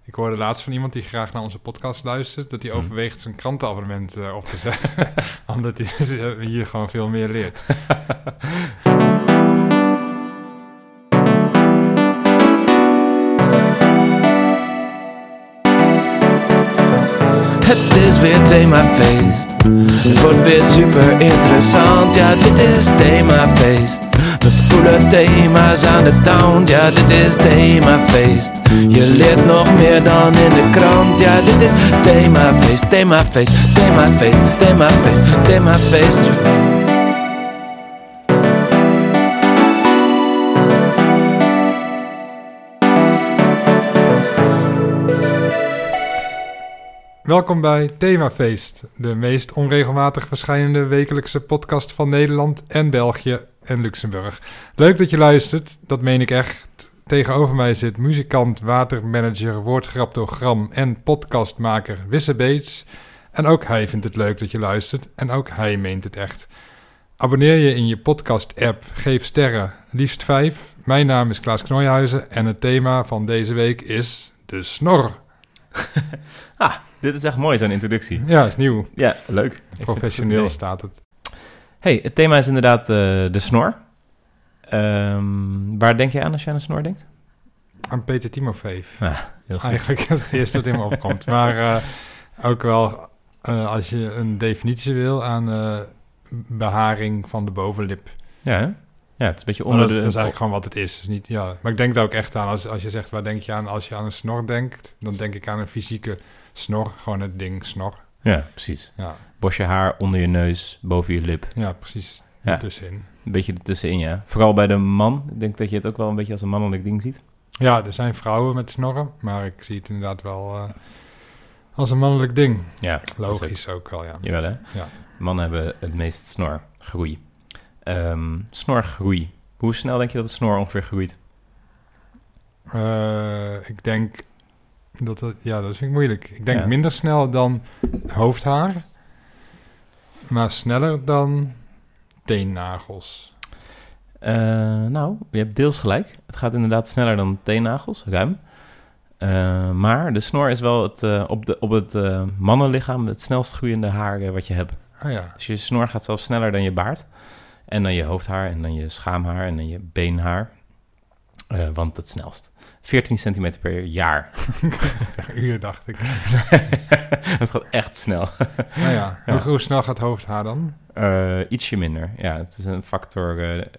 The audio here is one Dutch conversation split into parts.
Ik hoorde laatst van iemand die graag naar onze podcast luistert, dat hij overweegt zijn krantenabonnement op te zeggen. Omdat hij hier gewoon veel meer leert. Het is weer themafeest. Het wordt weer super interessant. Ja, dit is themafeest. Met coole thema's aan de town. Ja, dit is themafeest. Je leert nog meer dan in de krant. Ja, dit is themafeest, themafeest, themafeest, themafeest, themafeest. Welkom bij Themafeest, de meest onregelmatig verschijnende wekelijkse podcast van Nederland en België en Luxemburg. Leuk dat je luistert, dat meen ik echt. Tegenover mij zit muzikant, watermanager, woordgraptogram en podcastmaker Wisse Beets. En ook hij vindt het leuk dat je luistert en ook hij meent het echt. Abonneer je in je podcast-app, geef sterren, liefst 5. Mijn naam is Klaas Knooihuizen en het thema van deze week is de snor. Dit is echt mooi, zo'n introductie. Ja, is nieuw. Ja, leuk. Professioneel staat het. Hey, het thema is inderdaad de snor. Waar denk je aan als je aan een snor denkt? Aan Peter Timofeef. Ja, heel goed. Eigenlijk is het eerste wat in me opkomt. Maar ook wel, als je een definitie wil, aan beharing van de bovenlip. Ja, hè? Ja, het is een beetje Maar onder dat is de... eigenlijk gewoon wat het is. Dus niet, ja. Maar ik denk daar ook echt aan, als je zegt, waar denk je aan als je aan een snor denkt? Dan denk ik aan een fysieke snor, gewoon het ding snor. Ja, precies. Ja, Bosje haar onder je neus, boven je lip. ja precies. Ja. Tussenin. Een beetje ertussenin, ja. Vooral bij de man. Ik denk dat je het ook wel een beetje als een mannelijk ding ziet. Ja, er zijn vrouwen met snorren, maar ik zie het inderdaad wel als een mannelijk ding. Ja, Logisch ook wel, ja. Jawel, hè? Ja. Mannen hebben het meest snorgroei. Snorgroei. Hoe snel denk je dat de snor ongeveer groeit? Ik denk dat vind ik moeilijk. Ik denk Ja. minder snel dan hoofdhaar, maar sneller dan teennagels. Nou, je hebt deels gelijk. Het gaat inderdaad sneller dan teennagels, ruim. Maar de snor is wel op het mannenlichaam het snelst groeiende haar wat je hebt. Ah ja, Dus je snor gaat zelfs sneller dan je baard. En dan je hoofdhaar en dan je schaamhaar en dan je beenhaar. Want het snelst. 14 centimeter per jaar. per uur dacht ik. Het gaat echt snel. Nou ja, Ja. Hoe snel gaat hoofdhaar dan? Ietsje minder. Ja, het is een factor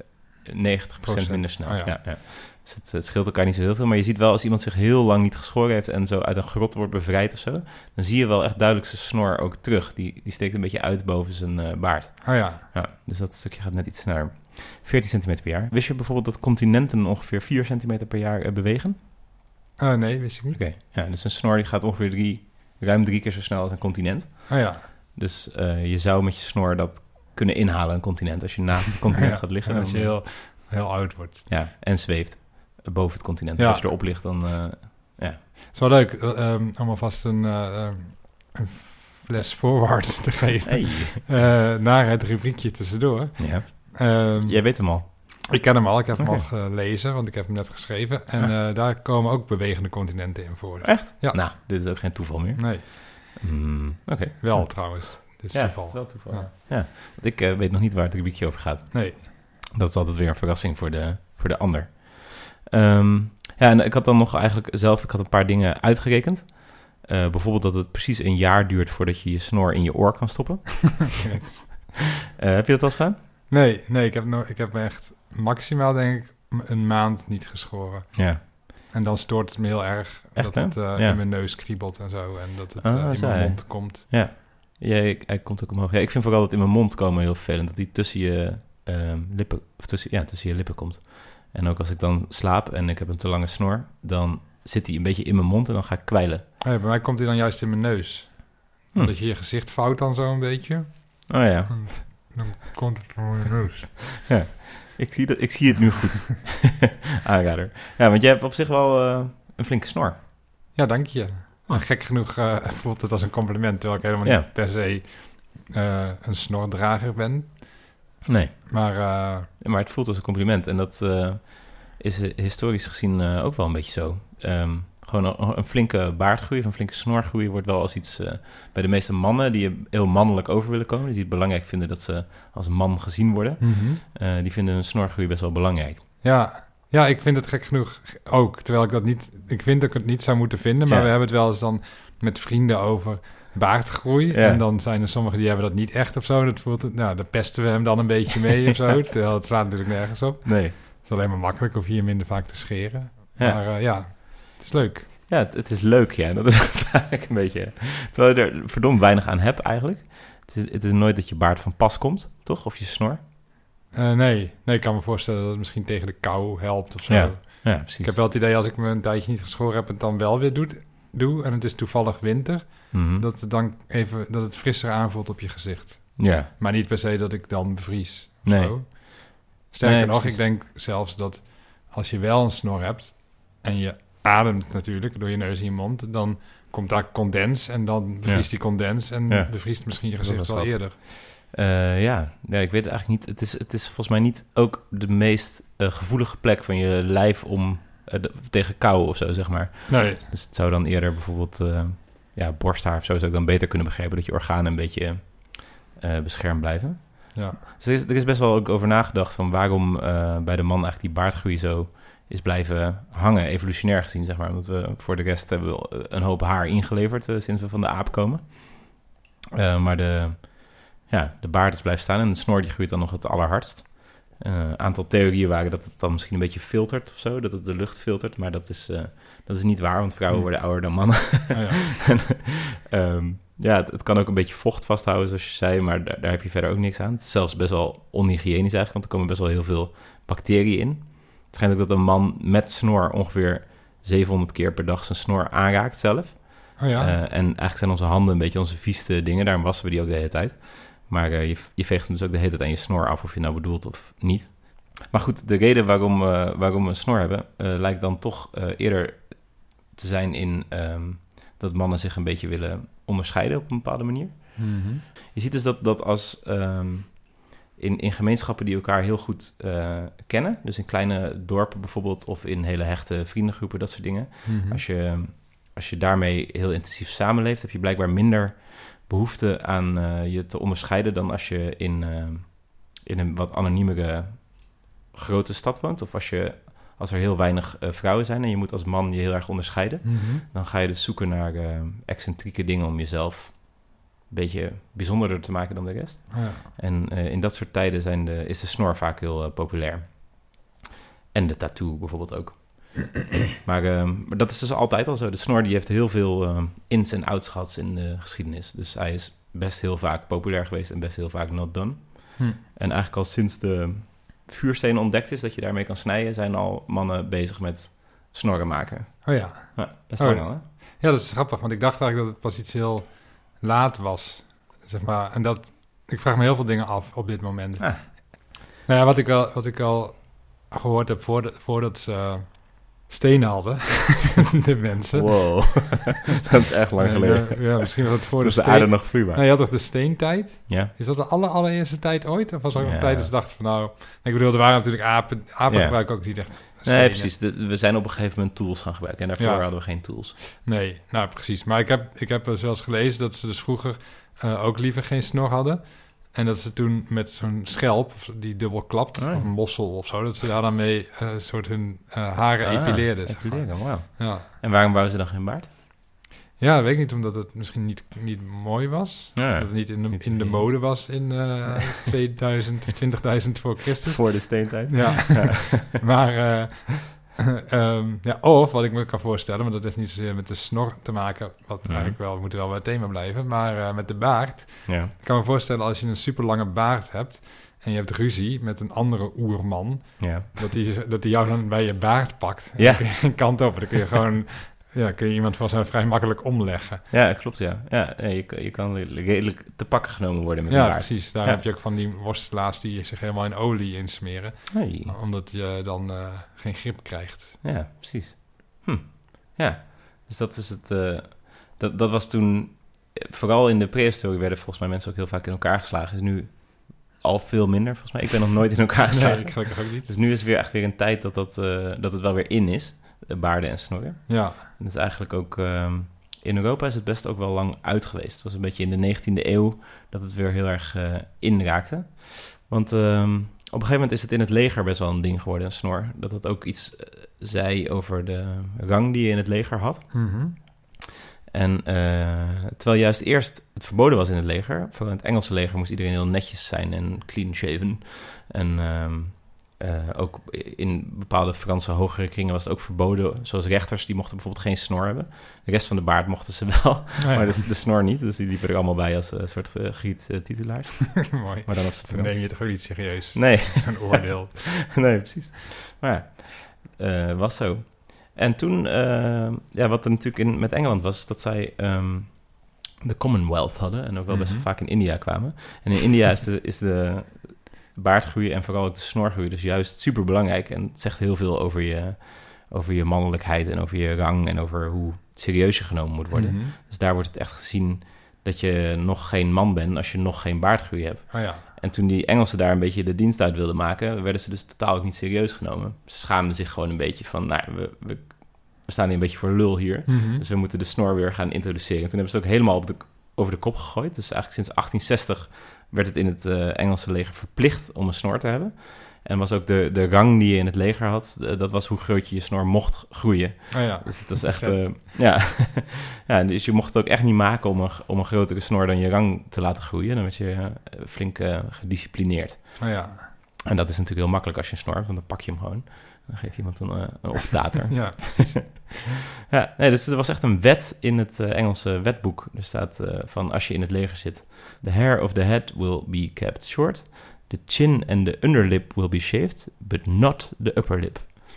90% minder snel. Oh ja. Ja. Dus het scheelt elkaar niet zo heel veel. Maar je ziet wel, als iemand zich heel lang niet geschoren heeft en zo uit een grot wordt bevrijd of zo, dan zie je wel echt duidelijk zijn snor ook terug. Die steekt een beetje uit boven zijn baard. Oh ja, Ja, dus dat stukje gaat net iets sneller. 14 centimeter per jaar. Wist je bijvoorbeeld dat continenten ongeveer 4 centimeter per jaar bewegen? nee, wist ik niet. Oké. Ja, dus een snor die gaat ongeveer ruim 3 keer zo snel als een continent. Oh ja, Dus je zou met je snor dat kunnen inhalen, een continent. Als je naast het continent Ja, gaat liggen. en als je dan, heel oud wordt. ja, en zweeft boven het continent. Ja. Als je erop ligt, dan... Het is wel leuk om alvast een fles forward te geven Hey. naar het rubriekje tussendoor. Ja. Ehm, Jij weet hem al. Ik ken hem al, ik heb hem Oké. al gelezen, want ik heb hem net geschreven. En daar komen ook bewegende continenten in voor. Echt? Ja. Nou, dit is ook geen toeval meer. Nee, Oké. wel trouwens. Dit is Ja, toeval. het is wel toeval. Ja. Ja. Want ik weet nog niet waar het rubriekje over gaat. Nee, Dat is altijd weer een verrassing voor de ander. Ja, en ik had dan nog eigenlijk zelf... Ik had een paar dingen uitgerekend. Bijvoorbeeld dat het precies een jaar duurt voordat je je snor in je oor kan stoppen. Heb je dat wel eens gedaan? nee, ik heb me echt maximaal denk ik een maand niet geschoren. Ja. En dan stoort het me heel erg Echt, dat hè? het Ja. in mijn neus kriebelt en zo. En dat het in zo, mijn ja. mond komt. Ja, hij komt ook omhoog. Ja, ik vind vooral dat in mijn mond komen heel vervelend. Dat hij tussen je lippen, of tussen je lippen komt. En ook als ik dan slaap en ik heb een te lange snor, dan zit hij een beetje in mijn mond en dan ga ik kwijlen. Bij mij komt hij dan juist in mijn neus. Omdat je gezicht vouwt dan zo een beetje. Oh ja, Dan komt het van je neus. ik zie het nu goed. Aanrader. Ja, want jij hebt op zich wel een flinke snor. Ja, dank je. En gek genoeg voelt het als een compliment, terwijl ik helemaal Ja. niet per se een snordrager ben. Nee, Maar maar het voelt als een compliment. En dat is historisch gezien ook wel een beetje zo. Gewoon Gewoon een flinke baardgroei of een flinke snorgroei wordt wel als iets... bij de meeste mannen die heel mannelijk over willen komen... die het belangrijk vinden dat ze als man gezien worden... die vinden hun snorgroei best wel belangrijk. Ja, ik vind het gek genoeg ook. Terwijl ik dat niet... Ik vind dat ik het niet zou moeten vinden... maar we hebben het wel eens dan met vrienden over baardgroei. Ja. En dan zijn er sommigen die hebben dat niet echt of zo. Dat voelt het, nou, dan pesten we hem dan een beetje mee of zo. Terwijl het slaat natuurlijk nergens op. Nee. Het is alleen maar makkelijk of hier minder vaak te scheren. Maar het is leuk. Ja, het is leuk, ja. Dat is eigenlijk een beetje... Terwijl je er verdomd weinig aan hebt eigenlijk. Het is nooit dat je baard van pas komt, toch? Of je snor. Nee, ik kan me voorstellen dat het misschien tegen de kou helpt of zo. Ja, precies. Ik heb wel het idee als ik me een tijdje niet geschoren heb... en het dan wel weer doe en het is toevallig winter... dat het dan even dat het frisser aanvoelt op je gezicht. Ja. Maar niet per se dat ik dan bevries. Nee. Zo. Sterker nog, precies. ik denk zelfs dat als je wel een snor hebt... en je ademt natuurlijk door je neus in je mond... dan komt daar condens en dan bevriest die condens... en bevriest misschien je gezicht wel eerder. Ik weet het eigenlijk niet. Het is volgens mij niet ook de meest gevoelige plek van je lijf om tegen kou of zo, zeg maar. Nee. Dus het zou dan eerder bijvoorbeeld borsthaar of zo zou ik dan beter kunnen begrijpen dat je organen een beetje beschermd blijven. Ja. Dus er is best wel ook over nagedacht van waarom bij de man eigenlijk die baardgroei zo is blijven hangen, evolutionair gezien, zeg maar. Omdat we voor de rest hebben we een hoop haar ingeleverd sinds we van de aap komen. Maar de baard is blijven staan en de snor die groeit dan nog het allerhardst. Een aantal theorieën waren dat het dan misschien een beetje filtert of zo, dat het de lucht filtert, maar dat is niet waar, want vrouwen worden ouder dan mannen. Het kan ook een beetje vocht vasthouden, zoals je zei, maar daar heb je verder ook niks aan. Het is zelfs best wel onhygiënisch eigenlijk, want er komen best wel heel veel bacteriën in. Het schijnt ook dat een man met snor ongeveer 700 keer per dag zijn snor aanraakt zelf. En eigenlijk zijn onze handen een beetje onze vieste dingen, daarom wassen we die ook de hele tijd. Maar je veegt hem dus ook de hele tijd aan je snor af, of je nou bedoelt of niet. Maar goed, de reden waarom we een snor hebben, lijkt dan toch eerder te zijn in dat mannen zich een beetje willen onderscheiden op een bepaalde manier. Mm-hmm. Je ziet dus dat als in gemeenschappen die elkaar heel goed kennen, dus in kleine dorpen bijvoorbeeld, of in hele hechte vriendengroepen, dat soort dingen. Mm-hmm. Als je daarmee heel intensief samenleeft, heb je blijkbaar minder behoefte aan je te onderscheiden dan als je in een wat anoniemere grote stad woont. Of als er heel weinig vrouwen zijn en je moet als man je heel erg onderscheiden. Mm-hmm. Dan ga je dus zoeken naar excentrieke dingen om jezelf een beetje bijzonderder te maken dan de rest. Ja. En in dat soort tijden is de snor vaak heel populair. En de tattoo bijvoorbeeld ook. Maar dat is dus altijd al zo. De snor die heeft heel veel ins en outs gehad in de geschiedenis. Dus hij is best heel vaak populair geweest en best heel vaak not done. En eigenlijk al sinds de vuursteen ontdekt is dat je daarmee kan snijden, zijn al mannen bezig met snorren maken. Oh ja. Best lang al, hè? Ja, dat is grappig, want ik dacht eigenlijk dat het pas iets heel laat was. Zeg maar. En ik vraag me heel veel dingen af op dit moment. Nou ja, wat ik al gehoord heb voordat ze stenen hadden, de mensen. Wow, dat is echt lang geleden. Ja, misschien was het voor de aarde nog vloeibaar. Nou, je had toch de steentijd? Ja. Is dat de allereerste tijd ooit? Of was er ook een tijd dat ze dachten van ik bedoel, er waren natuurlijk apen gebruiken ook niet echt stenen. Nee, precies. We zijn op een gegeven moment tools gaan gebruiken en daarvoor hadden we geen tools. Nee, nou precies. Maar ik heb zelfs gelezen dat ze dus vroeger ook liever geen snor hadden. En dat ze toen met zo'n schelp, die dubbel klapt, of een mossel of zo, dat ze daar dan mee soort hun haren epileerden. Epileren, wauw. Ja. En waarom bouwen ze dan geen baard? Ja, dat weet ik niet, omdat het misschien niet mooi was. Ja, dat het niet in de mode was in 2000, 20.000 voor Christus. Voor de steentijd. Ja, maar of wat ik me kan voorstellen, maar dat heeft niet zozeer met de snor te maken, wat eigenlijk wel, we moeten wel bij het thema blijven, maar met de baard. Ja. Ik kan me voorstellen als je een super lange baard hebt en je hebt ruzie met een andere oerman, dat die jou dan bij je baard pakt. Ja. Dan kun je geen kant over, dan kun je gewoon kun je iemand van zijn vrij makkelijk omleggen. Ja, klopt, ja. Je kan redelijk te pakken genomen worden met een baard. Precies. Daar heb je ook van die worstelaars die zich helemaal in olie insmeren. Hey. Omdat je dan geen grip krijgt. Ja, precies. Ja, dus dat is het. Dat was toen, vooral in de prehistorie werden volgens mij mensen ook heel vaak in elkaar geslagen. Is nu al veel minder, volgens mij. Ik ben nog nooit in elkaar geslagen. Nee, ik gelukkig ook niet. Dus nu is het weer echt weer een tijd dat het wel weer in is. baarden en snorren. Ja. En dat is eigenlijk ook... in Europa is het best ook wel lang uit geweest. Het was een beetje in de 19e eeuw dat het weer heel erg inraakte. Want op een gegeven moment is het in het leger best wel een ding geworden, een snor. Dat het ook iets zei over de rang die je in het leger had. Mm-hmm. En terwijl juist eerst het verboden was in het leger... Vooral in het Engelse leger moest iedereen heel netjes zijn en clean shaven. En ook in bepaalde Franse hogere kringen was het ook verboden. Zoals rechters, die mochten bijvoorbeeld geen snor hebben. De rest van de baard mochten ze wel, maar de snor niet. Dus die liepen er allemaal bij als een soort giet-titulaars. Mooi. Maar dan op zijn Dan Frans. neem je het gewoon niet serieus. Nee. Een oordeel. Nee, precies. Maar ja, was zo. En toen, wat er natuurlijk met Engeland was, dat zij de Commonwealth hadden en ook wel best vaak in India kwamen. En in India is de baardgroei en vooral ook de snorgroei dus juist super belangrijk. En het zegt heel veel over je mannelijkheid en over je rang en over hoe serieus je genomen moet worden. Mm-hmm. Dus daar wordt het echt gezien dat je nog geen man bent als je nog geen baardgroei hebt. Oh ja. En toen die Engelsen daar een beetje de dienst uit wilden maken, werden ze dus totaal ook niet serieus genomen. Ze schaamden zich gewoon een beetje van, nou, we staan hier een beetje voor lul hier. Mm-hmm. Dus we moeten de snor weer gaan introduceren. En toen hebben ze het ook helemaal over de kop gegooid. Dus eigenlijk sinds 1860 werd het in het Engelse leger verplicht om een snor te hebben. En was ook de rang die je in het leger had, dat was hoe groot je snor mocht groeien. Oh ja. Dus het was echt, ja, dus je mocht het ook echt niet maken om een grotere snor dan je rang te laten groeien. Dan werd je flink gedisciplineerd. Oh ja. En dat is natuurlijk heel makkelijk als je een snor hebt, want dan pak je hem gewoon. Dan geef je iemand een opstater. Ja. Ja, nee, dus er was echt een wet in het Engelse wetboek. Er staat van als je in het leger zit, the hair of the head will be kept short. The chin and the underlip will be shaved, but not the upper lip.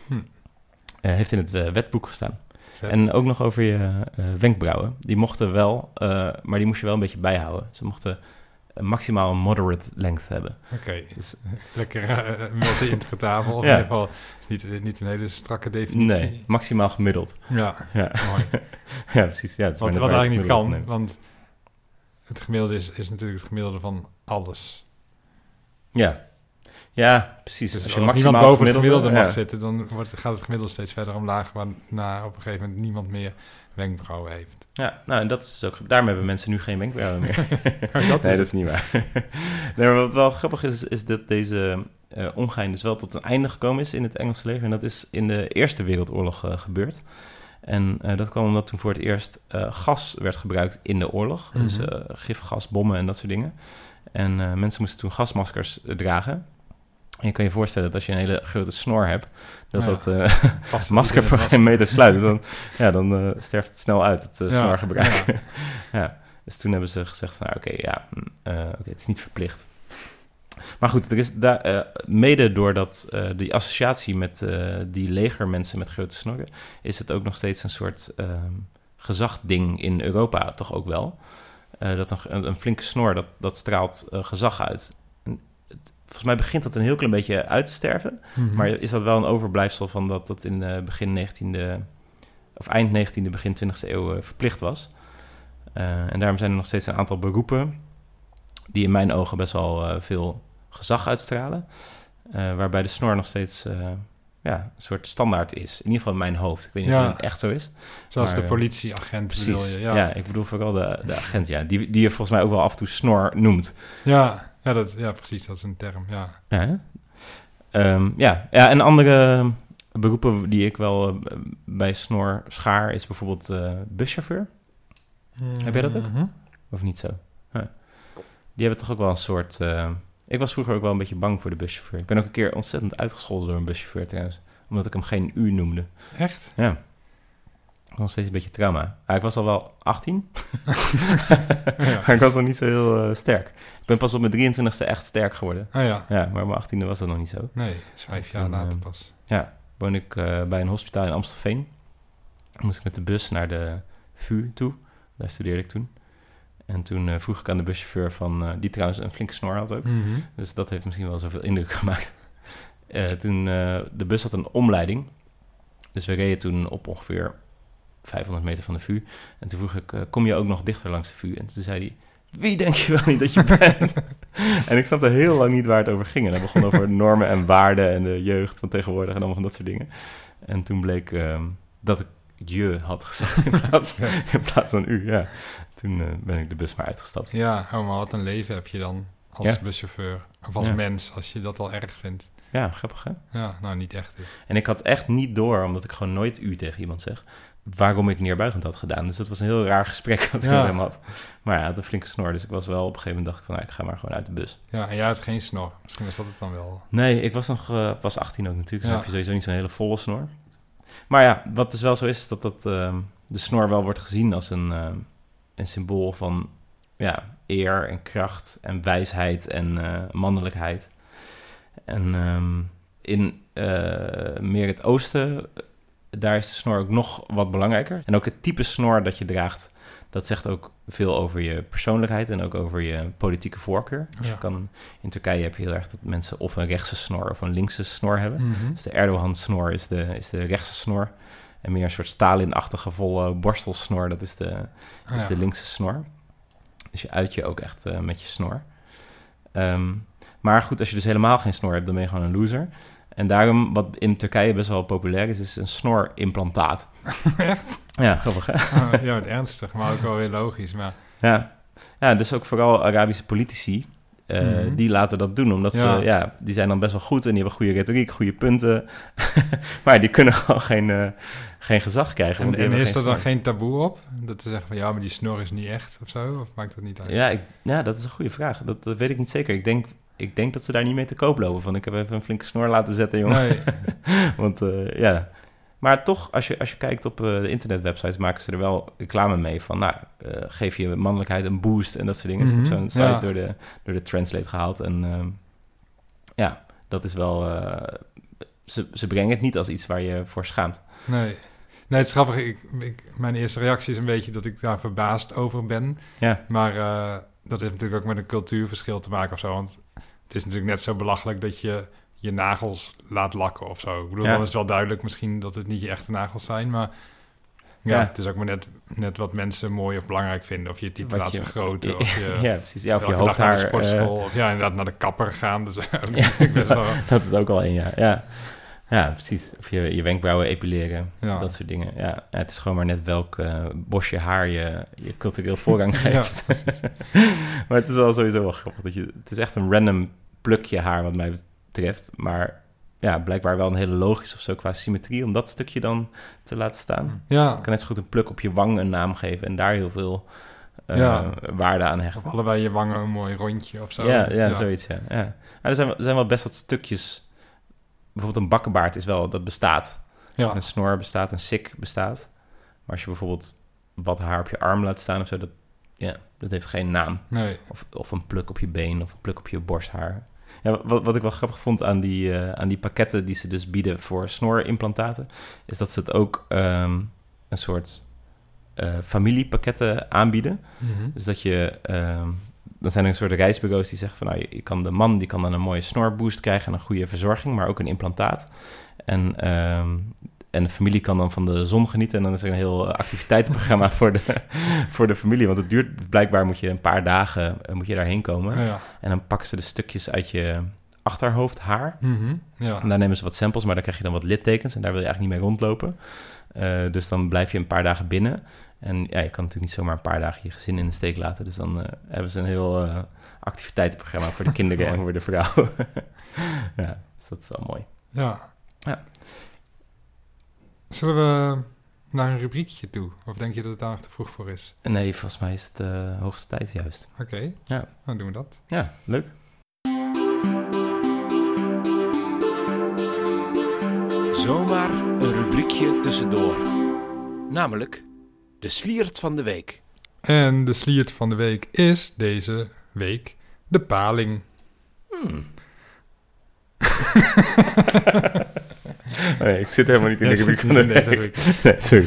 Heeft in het wetboek gestaan. Vet. En ook nog over je wenkbrauwen. Die mochten wel, maar die moest je wel een beetje bijhouden. Ze mochten maximaal een moderate length hebben. Oké. Dus, Lekker multi-interpretabel. Of Ja. in ieder geval niet een hele strakke definitie. nee, maximaal gemiddeld. Ja, Ja, mooi. ja precies. Ja, het is Wat maar net waar je eigenlijk niet het kan, gemiddelde neemt. want het gemiddelde is natuurlijk het gemiddelde van alles. Ja, precies. Dus als als je niemand maximaal boven het gemiddelde mag ja. zitten, dan gaat het gemiddelde steeds verder omlaag, waarna op een gegeven moment niemand meer wenkbrauwen heeft. Ja, nou, en dat is ook... Daarom hebben mensen nu geen wenkbrauwen meer. Dat Nee, is dat is niet waar. Nee, maar wat wel grappig is dat deze ongein dus wel tot een einde gekomen is in het Engelse leger. En dat is in de Eerste Wereldoorlog gebeurd. En dat kwam omdat toen voor het eerst gas werd gebruikt in de oorlog. Mhm. Dus gifgas, bommen en dat soort dingen. En mensen moesten toen gasmaskers dragen. En je kan je voorstellen dat als je een hele grote snor hebt, dat Past masker niet in voor het geen meter sluit. Dus dan sterft het snel uit, het snorgebruik. Ja. Ja, dus toen hebben ze gezegd van, oké, het is niet verplicht. Maar goed, er is daar, mede doordat die associatie met die legermensen met grote snorren, is het ook nog steeds een soort gezagding in Europa toch ook wel. Dat een flinke snor, dat straalt gezag uit. Volgens mij begint dat een heel klein beetje uit te sterven. Mhm. Maar is dat wel een overblijfsel van dat in eind 19e, begin 20e eeuw verplicht was. En daarom zijn er nog steeds een aantal beroepen die in mijn ogen best wel veel gezag uitstralen. Waarbij de snor nog steeds een soort standaard is. In ieder geval in mijn hoofd. Ik weet niet of het echt zo is. Zoals maar, de politieagent precies. bedoel je. Ja, ik bedoel vooral de agent, ja. Die je volgens mij ook wel af en toe snor noemt. Ja, precies. Dat is een term, ja. En andere beroepen die ik wel bij snor schaar is bijvoorbeeld buschauffeur. Heb jij dat ook? Mhm. Of niet zo? Die hebben toch ook wel een soort... ik was vroeger ook wel een beetje bang voor de buschauffeur. Ik ben ook een keer ontzettend uitgescholden door een buschauffeur trouwens. Omdat ik hem geen u noemde. Echt? Ja. Nog steeds een beetje trauma. Ik was al wel 18. Ja. Maar ik was nog niet zo heel sterk. Ik ben pas op mijn 23e echt sterk geworden. Oh ja. Ja, maar op mijn 18e was dat nog niet zo. Nee, is 5 jaar Toen, later pas. Ja, woon ik bij een hospitaal in Amstelveen. Dan moest ik met de bus naar de VU toe. Daar studeerde ik toen. En toen vroeg ik aan de buschauffeur die trouwens een flinke snor had ook. Mhm. Dus dat heeft misschien wel zoveel indruk gemaakt. De bus had een omleiding. Dus we reden toen op ongeveer 500 meter van de VU. En toen vroeg ik, kom je ook nog dichter langs de VU? En toen zei hij, wie denk je wel niet dat je bent? En ik snapte heel lang niet waar het over ging. En hij begon over normen en waarden en de jeugd van tegenwoordig en allemaal van dat soort dingen. En toen bleek dat ik je had gezegd in plaats van u. Ja. Toen ben ik de bus maar uitgestapt. Ja, maar wat een leven heb je dan als buschauffeur. Of als Ja. mens, als je dat al erg vindt. Ja, grappig hè? Ja, nou niet echt dus. En ik had echt niet door, omdat ik gewoon nooit u tegen iemand zeg, waarom ik neerbuigend had gedaan. Dus dat was een heel raar gesprek wat ik met hem had. Maar hij had een flinke snor, dus ik was wel op een gegeven moment dacht ik van, nou, ik ga maar gewoon uit de bus. Ja, en jij had geen snor. Misschien was dat het dan wel. Nee, ik was nog pas 18 ook natuurlijk, dus Ja. heb je sowieso niet zo'n hele volle snor. Maar ja, wat dus wel zo is, dat de snor wel wordt gezien als een symbool van eer en kracht en wijsheid en mannelijkheid. En in meer het oosten, daar is de snor ook nog wat belangrijker. En ook het type snor dat je draagt, dat zegt ook veel over je persoonlijkheid en ook over je politieke voorkeur. Dus in Turkije heb je heel erg dat mensen of een rechtse snor of een linkse snor hebben. Mm-hmm. Dus de Erdogan-snor is de rechtse snor. En meer een soort Stalin-achtige volle borstelsnor, dat is de linkse snor. Dus je uit je ook echt met je snor. Maar goed, als je dus helemaal geen snor hebt, dan ben je gewoon een loser. En daarom, wat in Turkije best wel populair is een snorimplantaat. Echt? Ja, grappig hè? Ja, het ernstig, maar ook wel weer logisch. Maar... Ja, dus ook vooral Arabische politici, die laten dat doen. Omdat ze, die zijn dan best wel goed en die hebben goede retoriek, goede punten. Maar die kunnen gewoon geen gezag krijgen. En is er dan geen taboe op? Dat ze zeggen van, ja, maar die snor is niet echt of zo? Of maakt dat niet uit? Ja, dat is een goede vraag. Dat weet ik niet zeker. Ik denk dat ze daar niet mee te koop lopen. Van, ik heb even een flinke snor laten zetten, jongen. Nee. Want Maar toch, als je kijkt op de internetwebsites, maken ze er wel reclame mee van, geef je mannelijkheid een boost en dat soort dingen. Mm-hmm. Dus ik heb zo'n site door de Translate gehaald. En dat is wel... Ze brengen het niet als iets waar je voor schaamt. Nee, het is grappig. Mijn eerste reactie is een beetje dat ik daar verbaasd over ben. Ja. Maar dat heeft natuurlijk ook met een cultuurverschil te maken of zo. Want het is natuurlijk net zo belachelijk dat je je nagels laat lakken of zo. Ik bedoel, dan is het wel duidelijk misschien dat het niet je echte nagels zijn. Maar het is ook maar net wat mensen mooi of belangrijk vinden. Of je het type laat vergroten. Of je, precies. Ja, of je hoofdhaar... naar de sportschool. Of inderdaad naar de kapper gaan. Dus, dat is ook al een, Ja, precies. Of je wenkbrauwen epileren, dat soort dingen. Ja, het is gewoon maar net welk bosje haar je cultureel voorrang geeft. Maar het is wel sowieso wel grappig. Het is echt een random plukje haar wat mij betreft. Maar ja, blijkbaar wel een hele logisch of zo qua symmetrie om dat stukje dan te laten staan. Ja. Je kan net zo goed een pluk op je wang een naam geven en daar heel veel waarde aan hechten. Of allebei je wangen een mooi rondje of zo. Ja. Zoiets, ja. Maar er zijn wel best wat stukjes... Bijvoorbeeld een bakkenbaard dat bestaat. Ja. Een snor bestaat, een sik bestaat. Maar als je bijvoorbeeld wat haar op je arm laat staan of zo, dat heeft geen naam. Nee. Of een pluk op je been of een pluk op je borsthaar. Ja, wat ik wel grappig vond aan die pakketten die ze dus bieden voor snorimplantaten, is dat ze het ook een soort familiepakketten aanbieden. Mm-hmm. Dus dat je... Dan zijn er een soort reisbureaus die zeggen van... de man die kan dan een mooie snorboost krijgen en een goede verzorging, maar ook een implantaat. En de familie kan dan van de zon genieten. En dan is er een heel activiteitenprogramma voor de familie. Want het duurt, blijkbaar moet je een paar dagen daarheen komen. Ja. En dan pakken ze de stukjes uit je achterhoofdhaar. Mm-hmm. Ja. En daar nemen ze wat samples, maar daar krijg je dan wat littekens. En daar wil je eigenlijk niet mee rondlopen. Dus dan blijf je een paar dagen binnen. En ja, je kan natuurlijk niet zomaar een paar dagen je gezin in de steek laten. Dus dan hebben ze een heel activiteitenprogramma voor de kinderen en voor de vrouw. Ja, dus dat is wel mooi. Ja. Zullen we naar een rubriekje toe? Of denk je dat het daar nog te vroeg voor is? Nee, volgens mij is het hoogste tijd juist. Oké, dan doen we dat. Ja, leuk. Zomaar een rubriekje tussendoor. Namelijk de sliert van de week. En de sliert van de week is deze week de paling. Nee, ik zit helemaal niet in de rubriek van de week. Nee, sorry.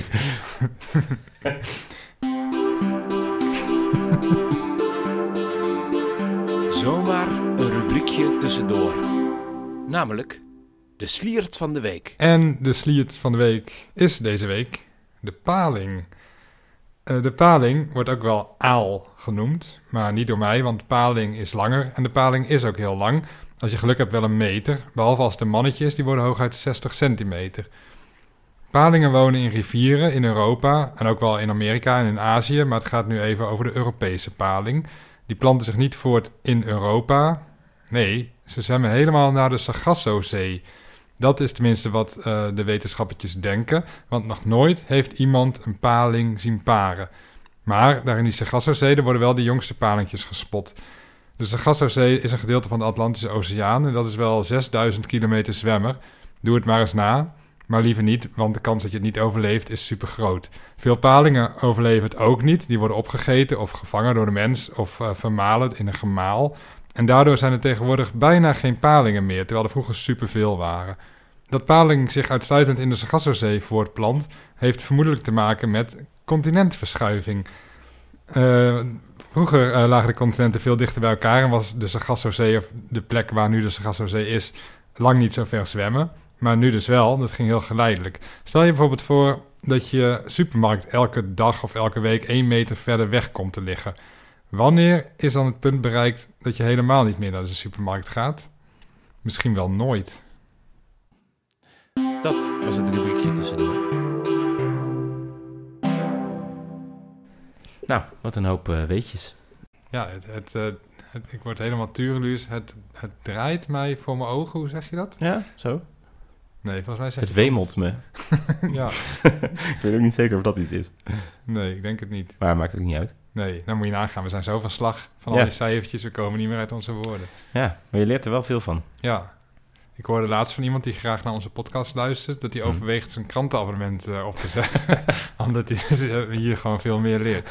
Zomaar een rubriekje tussendoor. Namelijk de sliert van de week. En de sliert van de week is deze week de paling. De paling wordt ook wel aal genoemd, maar niet door mij, want de paling is langer en de paling is ook heel lang. Als je geluk hebt wel een meter, behalve als het een mannetje is, die worden hooguit 60 centimeter. Palingen wonen in rivieren in Europa en ook wel in Amerika en in Azië, maar het gaat nu even over de Europese paling. Die planten zich niet voort in Europa. Nee, ze zwemmen helemaal naar de Sargassozee. Dat is tenminste wat de wetenschappertjes denken, want nog nooit heeft iemand een paling zien paren. Maar daar in die Sargassozee worden wel de jongste palingjes gespot. De Sargassozee is een gedeelte van de Atlantische Oceaan en dat is wel 6000 kilometer zwemmer. Doe het maar eens na, maar liever niet, want de kans dat je het niet overleeft is super groot. Veel palingen overleven het ook niet. Die worden opgegeten of gevangen door de mens of vermalen in een gemaal. En daardoor zijn er tegenwoordig bijna geen palingen meer, terwijl er vroeger superveel waren. Dat paling zich uitsluitend in de Sargassozee voortplant, heeft vermoedelijk te maken met continentverschuiving. Vroeger lagen de continenten veel dichter bij elkaar en was de Sargassozee, of de plek waar nu de Sargassozee is, lang niet zo ver zwemmen. Maar nu dus wel, dat ging heel geleidelijk. Stel je bijvoorbeeld voor dat je supermarkt elke dag of elke week 1 meter verder weg komt te liggen. Wanneer is dan het punt bereikt dat je helemaal niet meer naar de supermarkt gaat? Misschien wel nooit. Dat was het rubriekje tussendoor. Nou, wat een hoop weetjes. Ja, ik word helemaal tureluurs. Het draait mij voor mijn ogen. Hoe zeg je dat? Ja, zo. Nee, volgens mij zeg Het je wemelt me. Ja. Ik weet ook niet zeker of dat iets is. Nee, ik denk het niet. Maar maakt ook niet uit. Nee, dan moet je nagaan. We zijn zo van slag van al Ja. die cijfertjes. We komen niet meer uit onze woorden. Ja, maar je leert er wel veel van. Ja. Ik hoorde laatst van iemand die graag naar onze podcast luistert, dat hij overweegt zijn krantenabonnement op te zeggen. Omdat hij hier gewoon veel meer leert.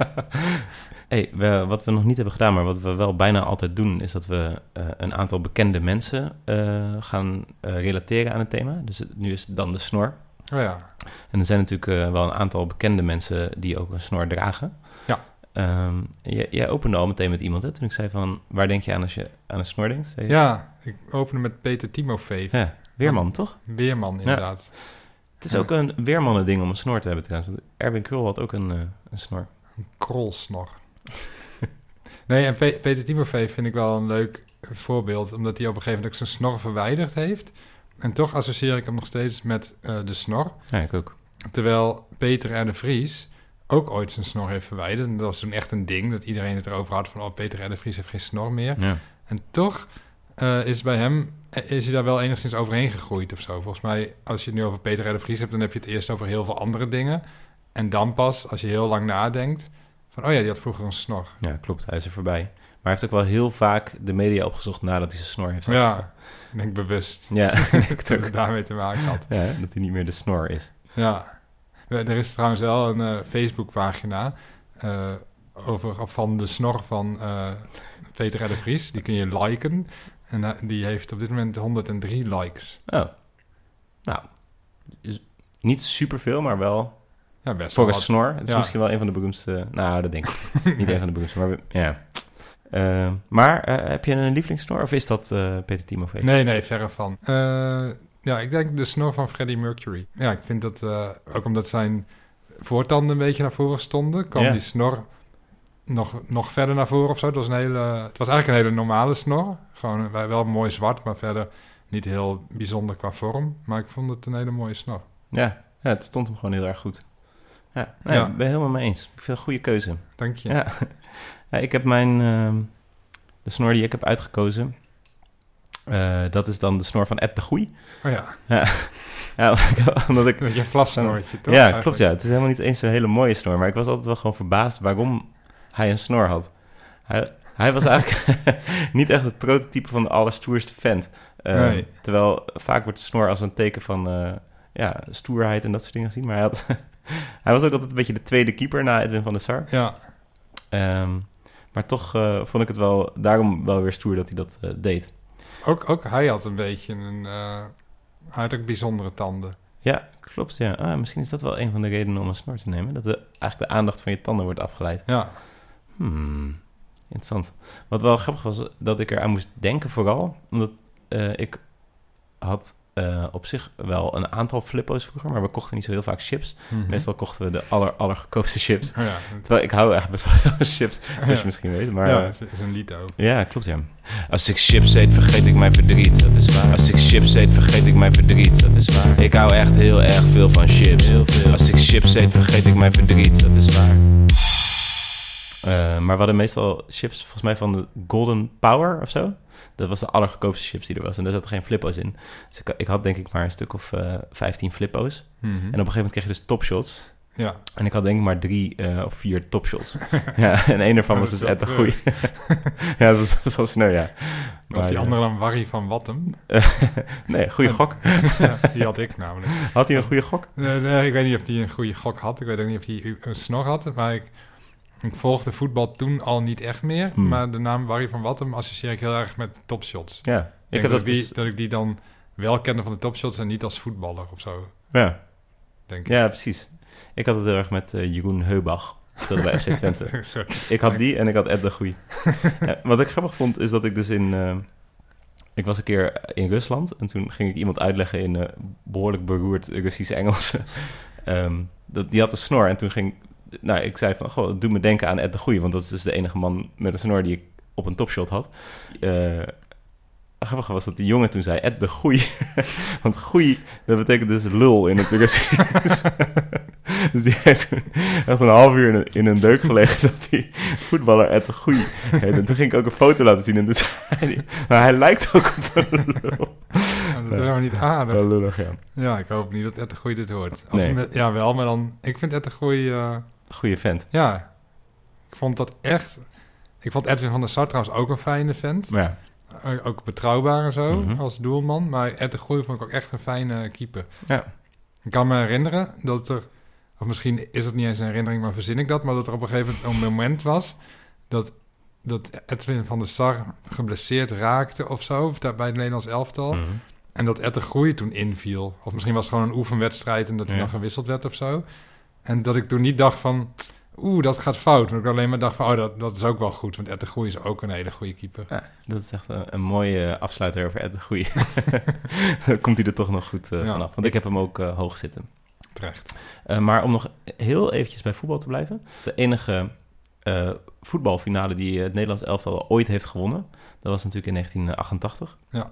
Hey, wat we nog niet hebben gedaan, maar wat we wel bijna altijd doen, is dat we een aantal bekende mensen gaan relateren aan het thema. Dus nu is het dan de snor. Oh ja. En er zijn natuurlijk wel een aantal bekende mensen die ook een snor dragen. Ja. Jij opende al meteen met iemand, hè? Toen ik zei van, waar denk je aan als je aan een snor denkt? Zei je? Ja, ik opende met Peter Timofeef. Ja, weerman, toch? Weerman, inderdaad. Ja. Het is ook een weermannen ding om een snor te hebben trouwens. Want Erwin Krul had ook een snor. Een krolsnor. Nee, en Peter Timofeef vind ik wel een leuk voorbeeld, omdat hij op een gegeven moment ook zijn snor verwijderd heeft. En toch associeer ik hem nog steeds met de snor. Ja, ik ook. Terwijl Peter R. de Vries ook ooit zijn snor heeft verwijderd. En dat was toen echt een ding, dat iedereen het erover had van, Peter R. de Vries heeft geen snor meer. Ja. En toch is bij hem, is hij daar wel enigszins overheen gegroeid of zo. Volgens mij, als je het nu over Peter R. de Vries hebt, dan heb je het eerst over heel veel andere dingen. En dan pas, als je heel lang nadenkt, van, oh ja, die had vroeger een snor. Ja, klopt, hij is er voorbij. Maar hij heeft ook wel heel vaak de media opgezocht nadat hij zijn snor heeft afgezet. Ja, ik denk bewust. Ja, dat het daarmee te maken had. Ja, dat hij niet meer de snor is. Ja, er is trouwens wel een Facebookpagina van de snor van Peter R. de Vries. Die kun je liken. En die heeft op dit moment 103 likes. Oh, nou, niet superveel, maar wel ja, best voor wel een snor. Het is misschien wel een van de beroemdste... Nou, dat denk ik niet een van de beroemdste, maar ja. Maar heb je een lievelingssnor of is dat Peter Timofeef? Nee, verre van. Ja, ik denk de snor van Freddie Mercury. Ja, ik vind dat ook omdat zijn voortanden een beetje naar voren stonden, kwam die snor nog verder naar voren of zo. Het was eigenlijk een hele normale snor. Gewoon wel mooi zwart, maar verder niet heel bijzonder qua vorm. Maar ik vond het een hele mooie snor. Ja, het stond hem gewoon heel erg goed. Ja, ik ben het helemaal mee eens. Ik vind het een goede keuze. Dank je. Ja, ik heb de snor die ik heb uitgekozen. Dat is dan de snor van Ed de Goeie. Oh ja. Ja, omdat ik... Met je vlassnorretje, toch? Ja, eigenlijk? Klopt, ja. Het is helemaal niet eens een hele mooie snor. Maar ik was altijd wel gewoon verbaasd waarom hij een snor had. Hij was eigenlijk niet echt het prototype van de allerstoerste vent. Nee. Terwijl vaak wordt de snor als een teken van stoerheid en dat soort dingen gezien. Maar hij was ook altijd een beetje de tweede keeper na Edwin van der Sar. Ja. Maar toch vond ik het daarom wel weer stoer dat hij dat deed. Ook hij had een beetje hij had ook bijzondere tanden. Ja, klopt. Ja. Misschien is dat wel een van de redenen om een snor te nemen. Dat eigenlijk de aandacht van je tanden wordt afgeleid. Ja. Interessant. Wat wel grappig was, dat ik eraan moest denken vooral. Omdat ik had op zich wel een aantal flippo's vroeger, maar we kochten niet zo heel vaak chips. Mhm. Meestal kochten we de allergoedkoopste chips. Oh, ja, Terwijl ik hou echt best wel veel chips, zoals je misschien weet. Maar ja, is een lied ook. ja, klopt ja. Als ik chips eet, vergeet ik mijn verdriet, dat is waar. Als ik chips eet, vergeet ik mijn verdriet, dat is waar. Ik hou echt heel erg veel van chips, heel veel. Als ik chips eet, vergeet ik mijn verdriet, dat is waar. Maar we hadden meestal chips, volgens mij van de Golden Power of zo. Dat was de allergoedkoopste chips die er was. En daar zaten geen flippo's in. Dus ik had denk ik maar een stuk of 15 flippo's. Mhm. En op een gegeven moment kreeg je dus topshots. Ja. En ik had denk ik maar 3 of 4 topshots. Ja, en één daarvan was dus dat is echt wel een goeie. Ja, dat was wel snel, ja. Was die andere dan Warrie van Wattem? Nee, goede gok. Ja, die had ik namelijk. Had hij een goede gok? Nee, ik weet niet of hij een goede gok had. Ik weet ook niet of hij een snor had. Maar ik volgde voetbal toen al niet echt meer. Maar de naam Warrie van Wattem associeer ik heel erg met topshots. Ja. Ik denk dat ik die dan wel kende van de topshots en niet als voetballer of zo. Ja. Denk ik. Ja, precies. Ik had het heel erg met Jeroen Heubach. Speelde bij FC Twente. Ik had die en ik had Ed de Goeie. Ja, wat ik grappig vond, is dat ik dus ik was een keer in Rusland en toen ging ik iemand uitleggen in behoorlijk beroerd Russisch Engels. Die had een snor en toen ik zei van, goh, het doet me denken aan Ed de Goeie, want dat is dus de enige man met een snor die ik op een topshot had. Grappig was dat die jongen toen zei Ed de Goeie. Want goeie, dat betekent dus lul in het Russisch. Dus die heeft toen echt een half uur in een deuk gelegen dat die voetballer Ed de Goeie heet. En toen ging ik ook een foto laten zien en toen zei hij, maar hij lijkt ook op een lul. Ja, dat is helemaal niet aardig. Wel lullig, ja. Ja, ik hoop niet dat Ed de Goeie dit hoort. Nee. Ja, wel, maar dan... Ik vind Ed de Goeie... Goeie vent. Ja, ik vond dat echt... Ik vond Edwin van der Sar trouwens ook een fijne vent. Ja. Ook betrouwbaar en zo, als doelman. Maar Ed de Goeie vond ik ook echt een fijne keeper. Ja. Ik kan me herinneren dat er... Of misschien is het niet eens een herinnering, maar verzin ik dat. Maar dat er op een gegeven moment een moment was... dat Edwin van der Sar geblesseerd raakte of zo... bij het Nederlands elftal. Mm-hmm. En dat Ed de Goeie toen inviel. Of misschien was het gewoon een oefenwedstrijd... en dat hij dan gewisseld werd of zo. En dat ik toen niet dacht van... dat gaat fout. Maar ik alleen maar dacht van... dat is ook wel goed. Want Ed de Goeie is ook een hele goede keeper. Ja, dat is echt een mooie afsluiter over Ed de Goeie. Dan komt hij er toch nog goed vanaf. Want ik heb hem ook hoog zitten. Terecht. Maar om nog heel eventjes bij voetbal te blijven. De enige voetbalfinale die het Nederlands elftal ooit heeft gewonnen... dat was natuurlijk in 1988. Ja.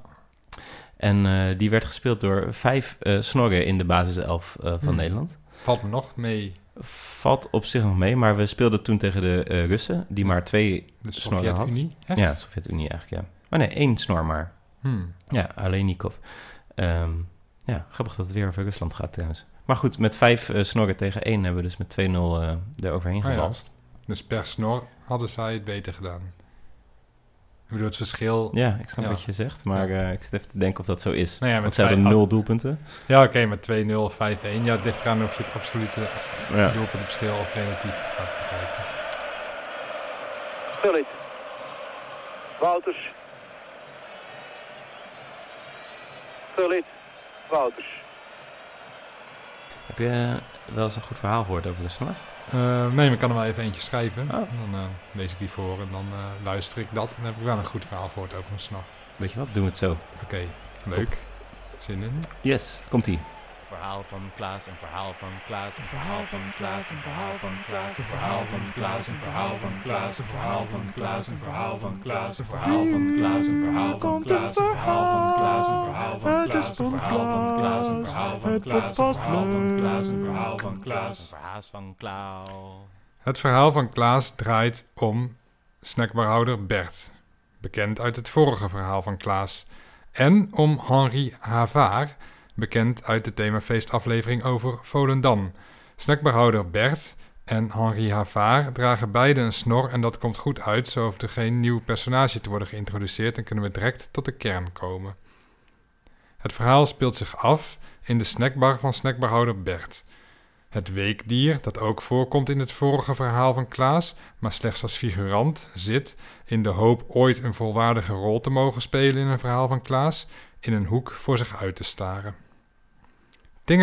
En die werd gespeeld door 5 snorren in de basiself van Nederland. Valt me nog mee. Valt op zich nog mee, maar we speelden toen tegen de Russen... die maar 2 snorren had. Sovjet-Unie? Echt? Ja, Sovjet-Unie eigenlijk, ja. Maar nee, 1 snor maar. Ja, Alenikov. Grappig dat het weer over Rusland gaat trouwens. Maar goed, met 5 snorren tegen 1 hebben we dus met 2-0 eroverheen gebalst. Ja. Dus per snor hadden zij het beter gedaan. Ik bedoel, het verschil... Ja, ik snap wat je zegt, maar ik zit even te denken of dat zo is. Nou ja, want zij hadden 0 doelpunten. Ja, oké, met 2-0, 5-1. Ja, het ligt eraan of je het absolute doelpuntenverschil of relatief gaat bekijken. Gullit. Wouters. Gullit. Wouters. Heb je wel eens een goed verhaal gehoord over de snor? Nee, maar ik kan er wel even eentje schrijven. Oh. Dan lees ik die voor en dan luister ik dat. En dan heb ik wel een goed verhaal gehoord over een snor. Weet je wat, doen we het zo. Oké, leuk. Zin in? Yes, komt-ie. Verhaal van Klaas, een verhaal van Klaas, een verhaal van Klaas, een verhaal van Klaas, een verhaal van Klaas, een verhaal van Klaas, een verhaal van Klaas, een verhaal van Klaas, een verhaal van Klaas, een verhaal van Klaas, een verhaal van Klaas, een verhaal van Klaas, een verhaal van Klaas, een verhaal van Klaas, een verhaal van Klaas, een verhaal van Klaas, een verhaal van Klaas. Het verhaal van Klaas draait om snackbarhouder Bert, bekend uit het vorige verhaal van Klaas, en om Henri Havard, bekend uit de themafeestaflevering over Volendam. Snackbarhouder Bert en Henri Havard dragen beide een snor en dat komt goed uit, zo hoeft er geen nieuw personage te worden geïntroduceerd en kunnen we direct tot de kern komen. Het verhaal speelt zich af in de snackbar van snackbarhouder Bert. Het weekdier, dat ook voorkomt in het vorige verhaal van Klaas, maar slechts als figurant zit, in de hoop ooit een volwaardige rol te mogen spelen in een verhaal van Klaas, in een hoek voor zich uit te staren.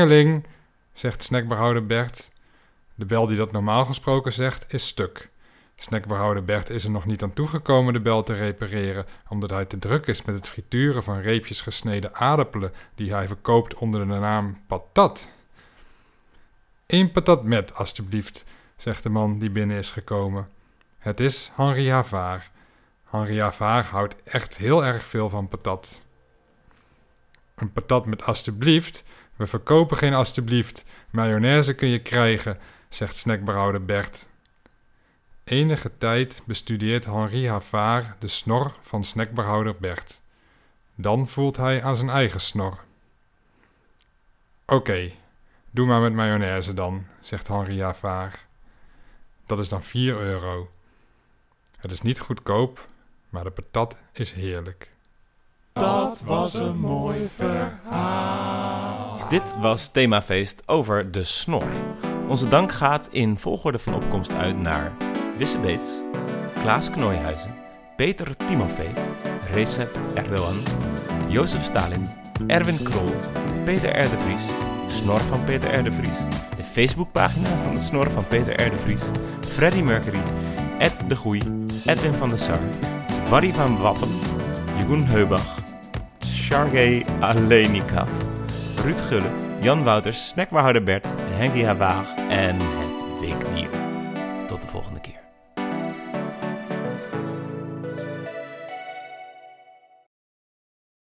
Tingeling, zegt snackbarhouder Bert. De bel die dat normaal gesproken zegt, is stuk. Snackbarhouder Bert is er nog niet aan toegekomen de bel te repareren, omdat hij te druk is met het frituren van reepjes gesneden aardappelen die hij verkoopt onder de naam patat. 1 patat met, alstublieft, zegt de man die binnen is gekomen. Het is Henri Havard. Henri Havard houdt echt heel erg veel van patat. Een patat met alstublieft? We verkopen geen alstublieft. Mayonaise kun je krijgen, zegt snackbarhouder Bert. Enige tijd bestudeert Henri Havard de snor van snackbarhouder Bert. Dan voelt hij aan zijn eigen snor. Oké, doe maar met mayonaise dan, zegt Henri Havard. Dat is dan €4. Het is niet goedkoop, maar de patat is heerlijk. Dat was een mooi verhaal. Dit was Themafeest over de snor. Onze dank gaat in volgorde van opkomst uit naar Wisse Beets, Klaas Knooihuizen, Peter Timofeev, Recep Erdogan, Jozef Stalin, Erwin Krol, Peter R. de Vries, Snor van Peter R. de Vries, de Facebookpagina van de Snor van Peter R. de Vries, Freddie Mercury, Ed de Goeie, Edwin van der Sar, Barry van Wappen, Jeroen Heubach, Sergej Alenikov, Ruud Gullit, Jan Wouters, Snackbarhouder Bert, Henri Havard en het Weekdier. Tot de volgende keer.